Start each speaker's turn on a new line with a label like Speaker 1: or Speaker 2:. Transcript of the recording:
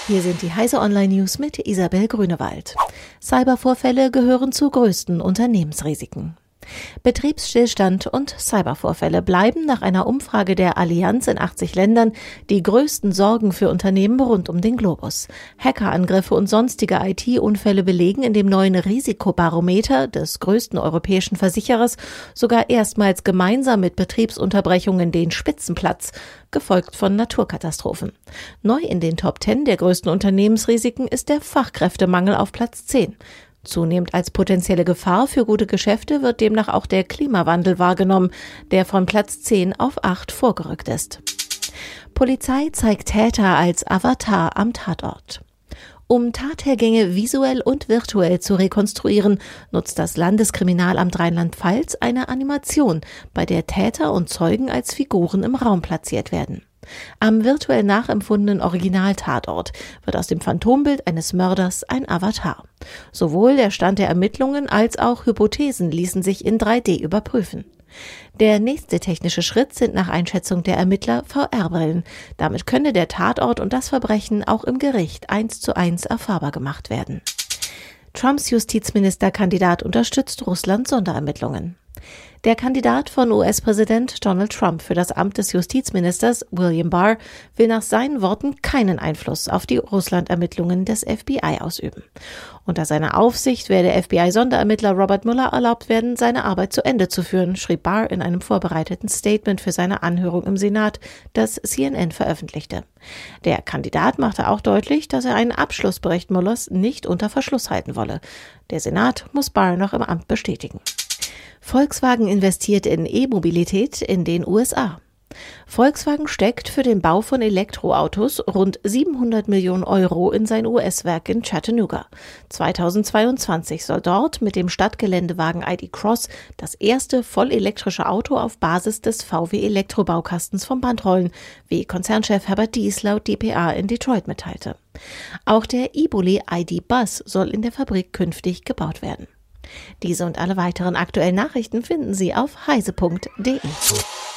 Speaker 1: Hier sind die Heise Online News mit Isabel Grünewald. Cybervorfälle gehören zu größten Unternehmensrisiken. Betriebsstillstand und Cybervorfälle bleiben nach einer Umfrage der Allianz in 80 Ländern die größten Sorgen für Unternehmen rund um den Globus. Hackerangriffe und sonstige IT-Unfälle belegen in dem neuen Risikobarometer des größten europäischen Versicherers sogar erstmals gemeinsam mit Betriebsunterbrechungen den Spitzenplatz, gefolgt von Naturkatastrophen. Neu in den Top 10 der größten Unternehmensrisiken ist der Fachkräftemangel auf Platz 10. Zunehmend als potenzielle Gefahr für gute Geschäfte wird demnach auch der Klimawandel wahrgenommen, der von Platz 10 auf 8 vorgerückt ist. Polizei zeigt Täter als Avatar am Tatort. Um Tathergänge visuell und virtuell zu rekonstruieren, nutzt das Landeskriminalamt Rheinland-Pfalz eine Animation, bei der Täter und Zeugen als Figuren im Raum platziert werden. Am virtuell nachempfundenen Original-Tatort wird aus dem Phantombild eines Mörders ein Avatar. Sowohl der Stand der Ermittlungen als auch Hypothesen ließen sich in 3D überprüfen. Der nächste technische Schritt sind nach Einschätzung der Ermittler VR-Brillen. Damit könne der Tatort und das Verbrechen auch im Gericht 1:1 erfahrbar gemacht werden. Trumps Justizministerkandidat unterstützt Russlands Sonderermittlungen. Der Kandidat von US-Präsident Donald Trump für das Amt des Justizministers, William Barr, will nach seinen Worten keinen Einfluss auf die Russland-Ermittlungen des FBI ausüben. Unter seiner Aufsicht werde FBI-Sonderermittler Robert Mueller erlaubt werden, seine Arbeit zu Ende zu führen, schrieb Barr in einem vorbereiteten Statement für seine Anhörung im Senat, das CNN veröffentlichte. Der Kandidat machte auch deutlich, dass er einen Abschlussbericht Muellers nicht unter Verschluss halten wolle. Der Senat muss Barr noch im Amt bestätigen. Volkswagen investiert in E-Mobilität in den USA. Volkswagen steckt für den Bau von Elektroautos rund 700 Millionen Euro in sein US-Werk in Chattanooga. 2022 soll dort mit dem Stadtgeländewagen ID. Cross das erste vollelektrische Auto auf Basis des VW-Elektrobaukastens vom Band rollen, wie Konzernchef Herbert Diess laut dpa in Detroit mitteilte. Auch der Ibuli ID. Bus soll in der Fabrik künftig gebaut werden. Diese und alle weiteren aktuellen Nachrichten finden Sie auf heise.de.